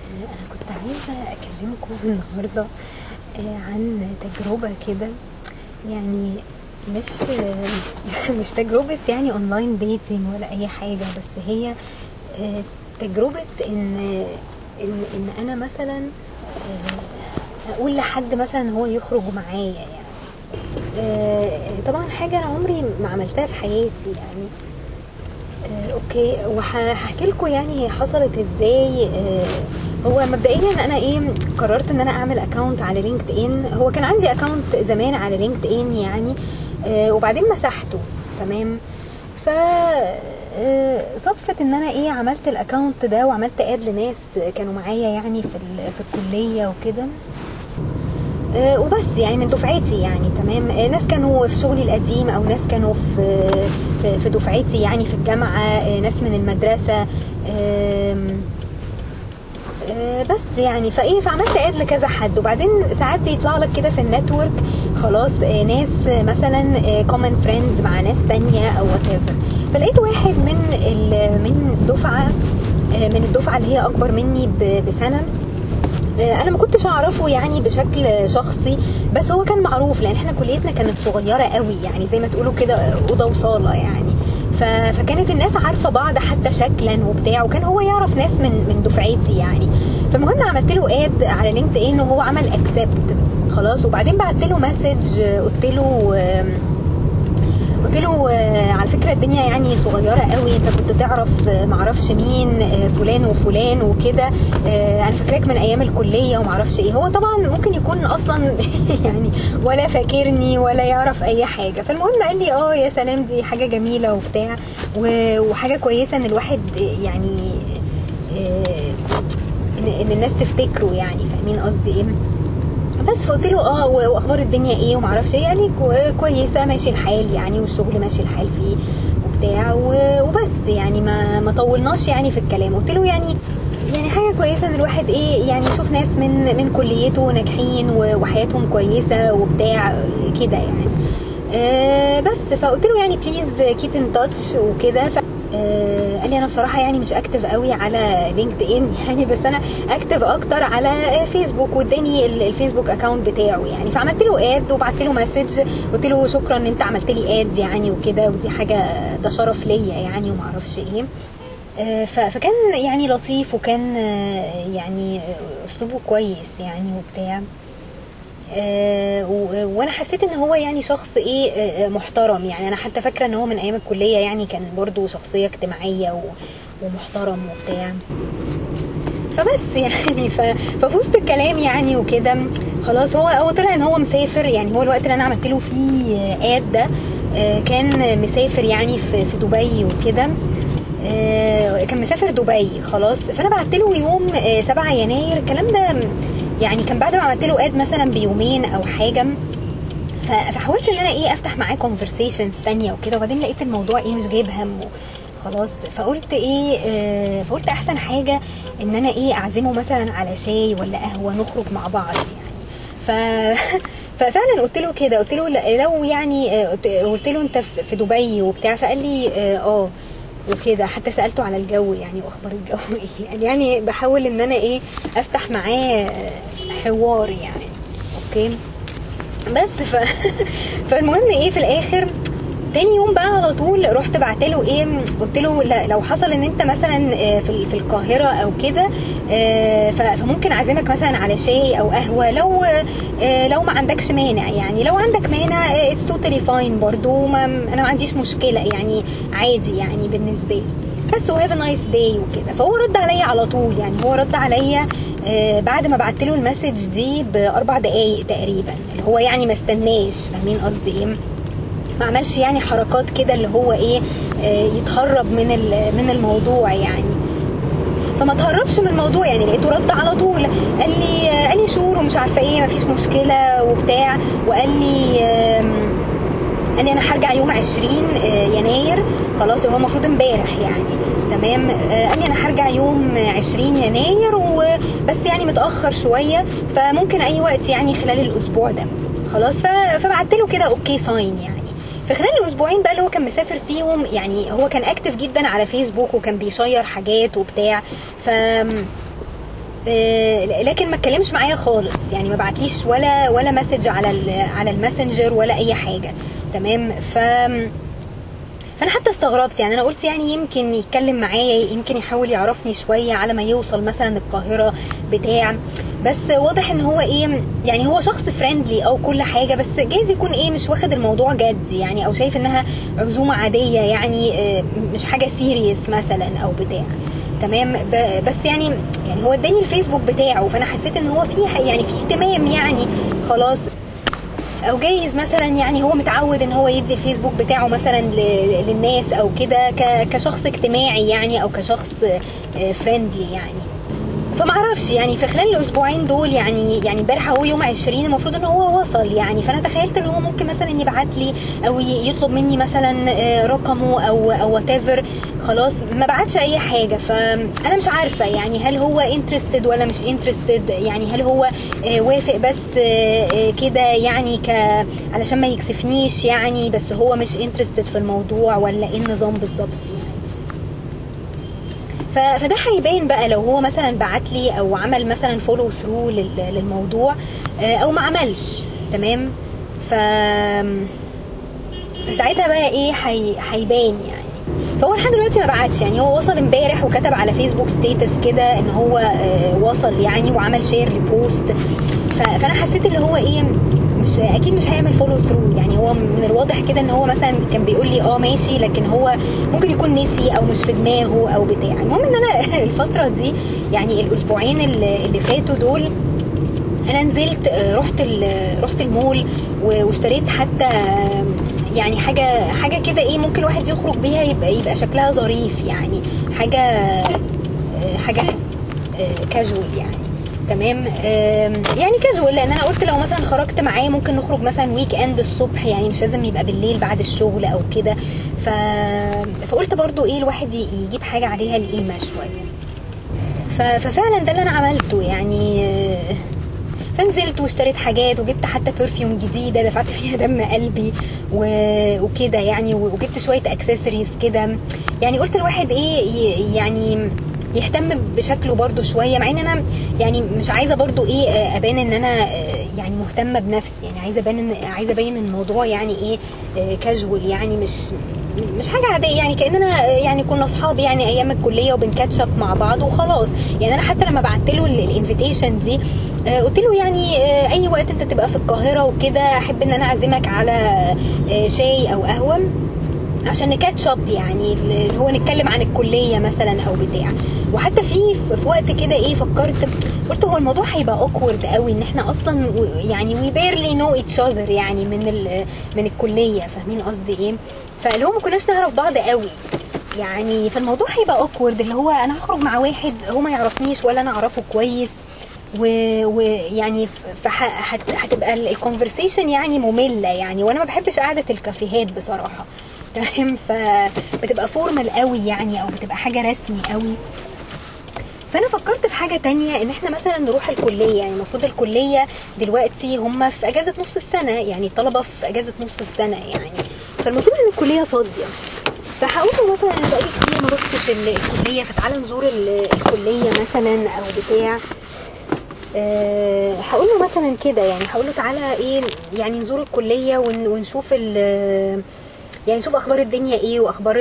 أنا كنت عايزة أكلمكم النهاردة عن تجربة كده، يعني مش مش تجربة يعني اونلاين ديتنج ولا أي حاجة، بس هي تجربة إن أنا مثلا أقول لحد مثلا هو يخرج معايا يعني. طبعا حاجة أنا عمري ما عملتها في حياتي يعني. اوكي، وهحكي لكم يعني حصلت ازاي. هو مبدئيا انا قررت ان انا اعمل اكونت على لينكد ان. هو كان عندي اكونت زمان على لينكد ان يعني، وبعدين مسحته. تمام. ف صدفت ان انا عملت الاكونت ده وعملت اد لناس كانوا معايا يعني في الكليه وكده، وبس يعني من دفعتي يعني. تمام. ناس كانوا في شغلي القديم او ناس كانوا في دفعتي يعني في الجامعة، ناس من المدرسة، بس يعني فعملت اد لكذا حد. وبعدين ساعات بيطلع لك كده في النتورك خلاص ناس مثلا common friends مع ناس تانية او whatever. فلقيت واحد من الدفعة اللي هي اكبر مني بسنة. انا ما كنتش اعرفه يعني بشكل شخصي، بس هو كان معروف لان احنا كليتنا كانت صغيره قوي يعني، زي ما تقولوا كده اوضه وصاله يعني. فكانت الناس عارفه بعض حتى شكلا وبتاع، وكان هو يعرف ناس من دفعتي يعني. فالمهم عملت له اد على لينكد ان وهو عمل اكسبت خلاص. وبعدين بعت له مسج قلت له على فكره الدنيا يعني صغيره قوي، انت كنت تعرف معرفش مين فلان وفلان وكده، انا فاكراك من ايام الكليه ومعرفش ايه. هو طبعا ممكن يكون اصلا يعني ولا فاكرني ولا يعرف اي حاجه. فالمهم قال لي يا سلام، دي حاجه جميله وبتاع، وحاجه كويسه ان الواحد يعني ان الناس تفتكره يعني، فاهمين قصدي ايه. بس فقلت له واخبار الدنيا ايه ومعرفش ايه. يعني كويسه ماشي الحال يعني، والشغل ماشي الحال فيه وبتاع وبس يعني. ما طولناش يعني في الكلام. قلت له يعني حاجه كويسه ان الواحد يعني يشوف ناس من كليته ناجحين وحياتهم كويسه وبتاع كده يعني. بس فقلت له يعني بليز كيب ان تاتش وكده. قال لي انا بصراحه يعني مش اكتف قوي على لينكد ان يعني، بس انا اكتف اكتر على فيسبوك، واداني الفيسبوك اكاونت بتاعه يعني. فعملت له اد وبعت له مسج قلت له شكرا ان انت عملت لي اد يعني وكده، ودي حاجه ده شرف ليا يعني وما اعرفش ايه. فكان يعني لطيف، وكان يعني اسلوبه كويس يعني وبتاع. وانا حسيت ان هو يعني شخص محترم يعني. انا حتى فاكره ان هو من ايام الكليه يعني كان برضو شخصيه اجتماعيه ومحترم وبتاع. فبس يعني ففي وسط الكلام يعني وكده خلاص هو طلع ان هو مسافر يعني. هو الوقت اللي انا عملت له فيه اد ده كان مسافر يعني في دبي وكده. كان مسافر دبي خلاص. فانا بعت له يوم 7 يناير الكلام ده يعني، كان بعد ما عملت له اد مثلا بيومين او حاجه. فحاولت ان انا افتح معاه كونفرسيشنز تانية وكده، وبعدين لقيت الموضوع مش جايب هم خلاص. فقلت فقلت احسن حاجه ان انا اعزمه مثلا على شاي ولا قهوه نخرج مع بعض يعني. ففعلا قلت له كده، قلت له لو يعني قلت له انت في دبي وبتاع. فقال لي وكده. حتى سألته على الجو يعني واخبار الجو ايه يعني بحاول ان انا افتح معاه حوار يعني. اوكي بس فالمهم في الاخر تاني يوم بقى على طول رحت بعتله قلت له لو حصل ان انت مثلا في القاهره او كده، فممكن اعزمك مثلا على شاي او قهوه لو ما عندكش مانع يعني. لو عندك مانع اتس توتالي فاين برضو، انا ما عنديش مشكله يعني، عادي يعني بالنسبه لي. بس وهاف نايس داي وكده. فهو رد عليا على طول يعني. هو رد عليا بعد ما بعت له المسج دي ب4 دقايق تقريبا، اللي هو يعني ما استناش، فاهمين قصدي ايه. ما عملش يعني حركات كده اللي هو يتهرب من الموضوع يعني. فما تهربش من الموضوع يعني. لقيته رد على طول قال لي شور ومش عارفه ايه، مفيش مشكله وبتاع. وقال لي انا هرجع يوم 20 يناير خلاص. هو المفروض امبارح يعني. تمام. قال لي انا هرجع يوم 20 يناير وبس يعني متاخر شويه، فممكن اي وقت يعني خلال الاسبوع ده خلاص. فبعت له كده اوكي ساين يعني. في خلال الاسبوعين بقى اللي هو كان مسافر فيهم يعني، هو كان اكتف جدا على فيسبوك وكان بيشير حاجات وبتاع. لكن ما اتكلمش معايا خالص، يعني ما بعتليش ولا مسج على الماسنجر ولا اي حاجه. تمام. فانا حتى استغربت، يعني انا قلت يعني يمكن يتكلم معايا، يمكن يحاول يعرفني شويه على ما يوصل مثلا القاهره بتاع. بس واضح ان هو يعني هو شخص فريندلي او كل حاجه، بس جايز يكون مش واخد الموضوع جد يعني، او شايف انها عزومه عاديه يعني، مش حاجه سيريس مثلا او بتاع. تمام. بس يعني هو اداني الفيسبوك بتاعه، فانا حسيت ان هو فيه يعني فيه اهتمام يعني خلاص. او جايز مثلا يعني هو متعود ان هو يدي الفيسبوك بتاعه مثلا للناس او كده كشخص اجتماعي يعني، او كشخص فريندلي يعني. فما اعرفش يعني في خلال الاسبوعين دول يعني امبارح هو يوم 20 المفروض ان هو وصل يعني، فانا تخيلت ان هو ممكن مثلا يبعت لي او يطلب مني مثلا رقمه او whatever. خلاص ما بعتش اي حاجه، فانا مش عارفه يعني هل هو انترستد ولا مش انترستد، يعني هل هو وافق بس كده يعني علشان ما يكسفنيش يعني، بس هو مش انترستد في الموضوع، ولا ايه النظام بالظبط يعني. فده هيبان بقى لو هو مثلا بعت لي او عمل مثلا فولو ثرو للموضوع او ما عملش. تمام. ساعتها بقى هيبان يعني. فهو لحد دلوقتي ما بعتش يعني، هو وصل امبارح وكتب على فيسبوك ستيتس كده ان هو وصل يعني، وعمل شير لبوست. فانا حسيت اللي هو مش اكيد مش هيعمل فولو ثرو يعني. هو من الواضح كده ان هو مثلا كان بيقول لي ماشي، لكن هو ممكن يكون نسي او مش في دماغه او بتاع. المهم ان انا الفتره دي يعني الاسبوعين اللي فاتوا دول انا نزلت رحت المول واشتريت حتى يعني حاجه كده ممكن الواحد يخرج بيها يبقى شكلها ظريف يعني، حاجه كاجوال يعني. تمام. يعني كاجوال، لان انا قلت لو مثلا خرجت معاه ممكن نخرج مثلا ويك اند الصبح يعني، مش لازم يبقى بالليل بعد الشغل او كده. فقلت برضو الواحد يجيب حاجه عليها القيمه شويه. ففعلا ده اللي انا عملته يعني. فنزلت واشتريت حاجات، وجبت حتى برفيوم جديده دفعت فيها دم قلبي وكده يعني، وجبت شويه اكسسوارز كده يعني. قلت الواحد يعني يهتم بشكله برضو شويه، مع ان انا يعني مش عايزه برضو ابان ان انا يعني مهتمه بنفسي يعني، عايزه ابين الموضوع يعني كاجوال يعني، مش حاجه عاديه يعني، كاننا يعني كنا اصحاب يعني ايام الكليه وبنكاتشب مع بعض وخلاص يعني. انا حتى لما بعت له الانفيتيشن دي قلت له يعني اي وقت انت تبقى في القاهره وكده احب ان انا اعزمك على شاي او قهوه عشان نكاتشب يعني، اللي هو نتكلم عن الكليه مثلا او بتاع. وحتى في وقت كده فكرت قلت هو الموضوع هيبقى اوكورد قوي ان احنا اصلا يعني وي بيرلي نو ايتش اذر يعني من الكليه، فاهمين قصدي فاللي هو ما كناش نعرف بعض قوي يعني. فالموضوع هيبقى اوكورد، اللي هو انا هخرج مع واحد هو ما يعرفنيش ولا انا اعرفه كويس، ويعني هتبقى الكونفرسيشن يعني ممله يعني، وانا ما بحبش قعده الكافيهات بصراحه. تمام. فبتبقى فورمال قوي يعني، او بتبقى حاجه رسمي قوي. فانا فكرت في حاجه تانية، ان احنا مثلا نروح الكليه يعني. المفروض الكليه دلوقتي هم في اجازه نص السنه يعني، الطلبه في اجازه نص السنه يعني، فالمفروض ان الكليه فاضيه. فهقول له مثلا انا بقالي كتير ما رحتش الكليه، فتعالى نزور الكليه مثلا او بتاع. هقول له مثلا كده يعني، هقول له تعالى يعني نزور الكليه ونشوف يعني نشوف اخبار الدنيا واخبار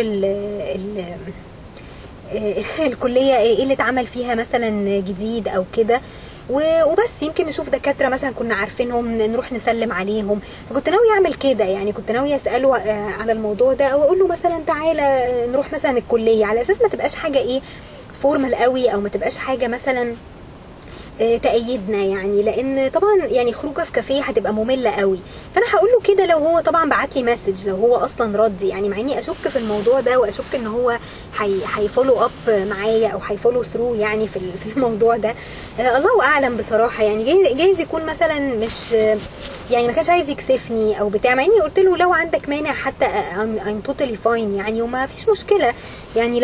الكليه اللي اتعمل فيها مثلا جديد او كده، وبس يمكن نشوف دكاتره مثلا كنا عارفينهم نروح نسلم عليهم. فكنت ناوي اعمل كده يعني، كنت ناوي اساله على الموضوع ده، او اقول له مثلا تعالى نروح مثلا الكليه، على اساس ما تبقاش حاجه فورمال قوي، او ما تبقاش حاجه مثلا تأيدنا يعني، لان طبعا يعني خروجه في كافيه هتبقى ممله قوي. فانا هقول له كده لو هو طبعا بعت لي مسج، لو هو اصلا رد يعني، مع اني اشك في الموضوع ده، واشك ان هو هيفولو اب معايا او هيفولو ثرو يعني في الموضوع ده. الله اعلم بصراحه يعني. جايز يكون مثلا مش يعني ما كانش عايز يكسفني او بتاع، مع اني قلت له لو عندك مانع حتى I'm totally fine يعني، وما فيش مشكله يعني.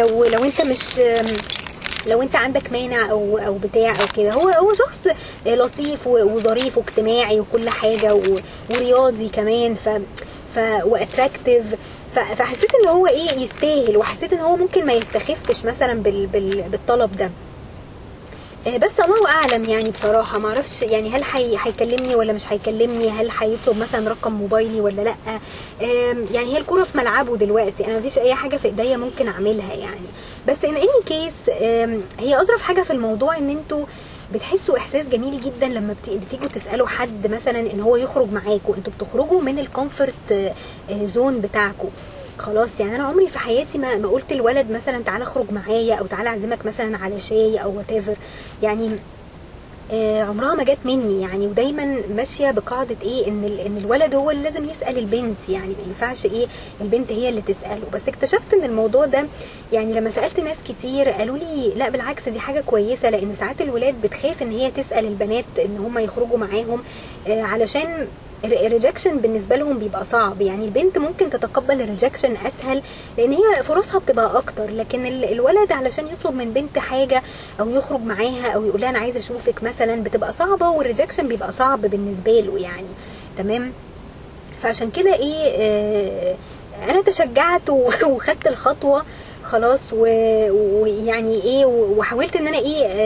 لو انت عندك مانع او بتاع او كده. هو شخص لطيف وظريف واجتماعي وكل حاجه، ورياضي كمان، واتراكتيف. فحسيت ان هو يستاهل، وحسيت ان هو ممكن ما يستخفش مثلا بالطلب ده. بس الله اعلم يعني بصراحه ما اعرفش يعني هل هيكلمني ولا مش هيكلمني، هل هيطلب مثلا رقم موبايلي ولا لا. يعني هي الكوره في ملعبه دلوقتي، انا مفيش اي حاجه في ايديا ممكن اعملها يعني. بس ان اني كيس هي اظرف حاجه في الموضوع ان انتوا بتحسوا احساس جميل جدا لما بتيجوا تسالوا حد مثلا ان هو يخرج معاكم، انتوا بتخرجوا من الكومفورت زون بتاعكم خلاص. يعني انا عمري في حياتي ما قلت الولد مثلا تعالى اخرج معايا او تعالى اعزمك مثلا على شاي او وات ايفر يعني. عمرها ما جت مني يعني. ودايما ماشيه بقاعده ايه ان الولد هو اللي لازم يسال البنت، يعني ما ينفعش ايه البنت هي اللي تساله. بس اكتشفت ان الموضوع ده يعني لما سالت ناس كتير قالوا لي لا بالعكس دي حاجه كويسه، لان ساعات الولاد بتخاف ان هي تسال البنات ان هم يخرجوا معاهم علشان الريجكشن بالنسبه لهم بيبقى صعب. يعني البنت ممكن تتقبل الريجكشن اسهل لان هي فرصها بتبقى اكتر، لكن الولد علشان يطلب من بنت حاجه او يخرج معاها او يقول لها انا عايزه اشوفك مثلا بتبقى صعبه، والريجكشن بيبقى صعب بالنسبه له يعني. تمام. فعشان كده انا تشجعت وخدت الخطوه خلاص، ويعني وحاولت ان انا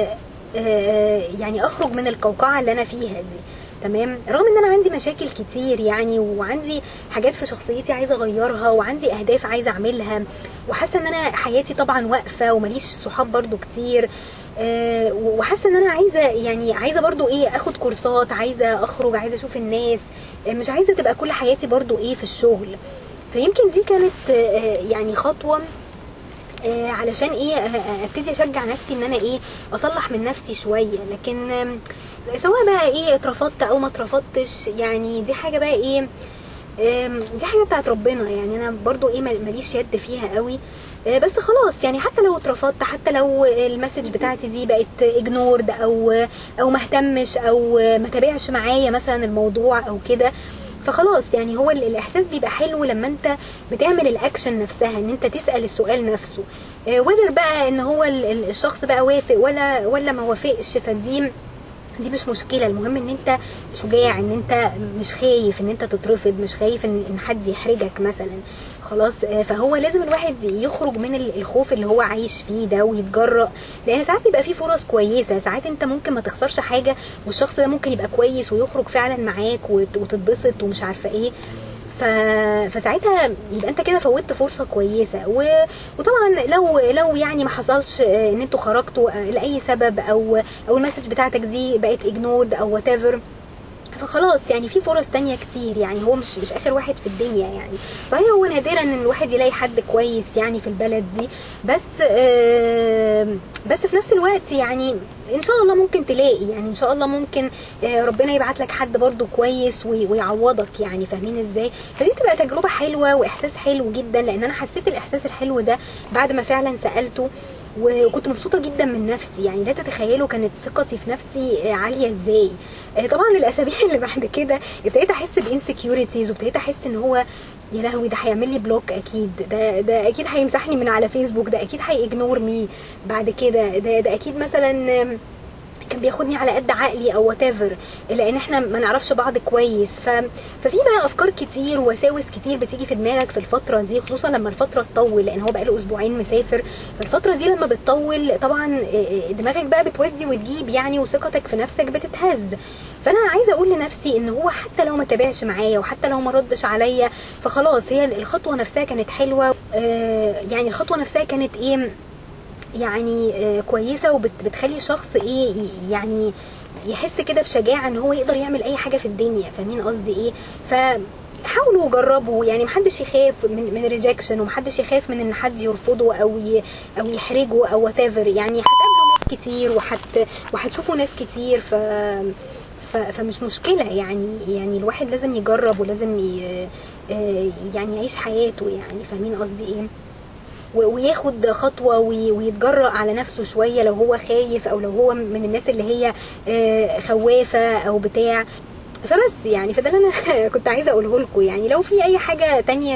يعني اخرج من القوقعه اللي انا فيها دي. تمام. رغم ان انا عندي مشاكل كتير يعني، وعندي حاجات في شخصيتي عايزه اغيرها، وعندي اهداف عايزه اعملها، وحاسه ان انا حياتي طبعا واقفه ومليش صحاب برضو كتير، وحاسه ان انا عايزه برضو اخد كورسات، عايزه اخرج، عايزه اشوف الناس، مش عايزه تبقى كل حياتي برضو في الشغل. فيمكن دي كانت يعني خطوه علشان ابتدي اشجع نفسي ان انا اصلح من نفسي شويه. لكن سواء بقى اترفضت او ما اترفضتش يعني دي حاجه بقى دي حاجه بتاعت ربنا يعني. انا برضو ماليش يد فيها قوي. بس خلاص يعني حتى لو اترفضت، حتى لو المسج بتاعتي دي بقت اجنورد او ما اهتمش او ما تابعش معايا مثلا الموضوع او كده، فخلاص يعني هو الاحساس بيبقى حلو لما انت بتعمل الاكشن نفسها، ان انت تسال السؤال نفسه وذر بقى ان هو الشخص بقى وافق ولا ما وافقش. فدي مش مشكله. المهم ان انت شجاع، ان انت مش خايف ان انت تترفض، مش خايف ان حد يحرجك مثلا خلاص. فهو لازم الواحد يخرج من الخوف اللي هو عايش فيه ده ويتجرأ، لان ساعات بيبقى فيه فرص كويسه، ساعات انت ممكن ما تخسرش حاجه والشخص ده ممكن يبقى كويس ويخرج فعلا معاك وتتبسط ومش عارفه فساعتها يبقى انت كده فوتت فرصه كويسه. وطبعا لو يعني ما حصلش ان انتوا خرجتوا لاي سبب او المسج بتاعتك دي بقت اجنورد او وات ايفر، فخلاص يعني في فرص تانية كتير يعني. هو مش اخر واحد في الدنيا يعني. صحيح هو نادرا ان الواحد يلاقي حد كويس يعني في البلد دي، بس في نفس الوقت يعني ان شاء الله ممكن تلاقي، يعني ان شاء الله ممكن ربنا يبعت لك حد برضو كويس ويعوضك يعني. فاهمين ازاي؟ فدي تبقى تجربة حلوة واحساس حلو جدا، لان انا حسيت الاحساس الحلو ده بعد ما فعلا سألته، وكنت مبسوطه جدا من نفسي. يعني لا تتخيلوا كانت ثقتي في نفسي عاليه ازاي. طبعا الاسابيع اللي بعد كده ابتديت احس بانسكيورتيز، وابتديت احس ان هو يا لهوي ده هيعمل لي بلوك اكيد، ده اكيد هيمسحني من على فيسبوك، ده اكيد هيجنور مي بعد كده، ده اكيد مثلا كان بياخدني على قد عقلي او whatever، لان احنا ما نعرفش بعض كويس. ففي بقى افكار كتير ووساوس كتير بتيجي في دماغك في الفتره دي، خصوصا لما الفتره تطول، لان هو بقى له اسبوعين مسافر. فالفتره دي لما بتطول طبعا دماغك بقى بتودي وتجيب يعني، وثقتك في نفسك بتتهز. فانا عايزه اقول لنفسي ان هو حتى لو ما تابعش معايا وحتى لو ما ردش عليا فخلاص، هي الخطوه نفسها كانت حلوه. يعني الخطوه نفسها كانت يعني كويسه، وبتخلي الشخص يعني يحس كده بشجاعه ان هو يقدر يعمل اي حاجه في الدنيا. فاهمين قصدي فحاولوا وجربوا يعني. محدش يخاف من الريجكشن، ومحدش يخاف من ان حد يرفضه او يحرجه او whatever. يعني هتقابلوا ناس كتير وهتشوفوا ناس كتير، فمش مشكله يعني الواحد لازم يجرب ولازم يعني يعيش حياته يعني. فاهمين قصدي وياخد خطوه ويتجرأ على نفسه شويه لو هو خايف، او لو هو من الناس اللي هي خوافه او بتاع. فبس يعني فده اللي انا كنت عايزه اقوله لكم يعني. لو في اي حاجه تانية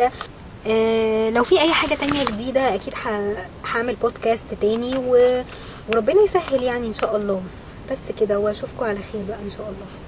جديده اكيد هعمل بودكاست تاني، وربنا يسهل يعني ان شاء الله. بس كده، واشوفكم على خير بقى ان شاء الله.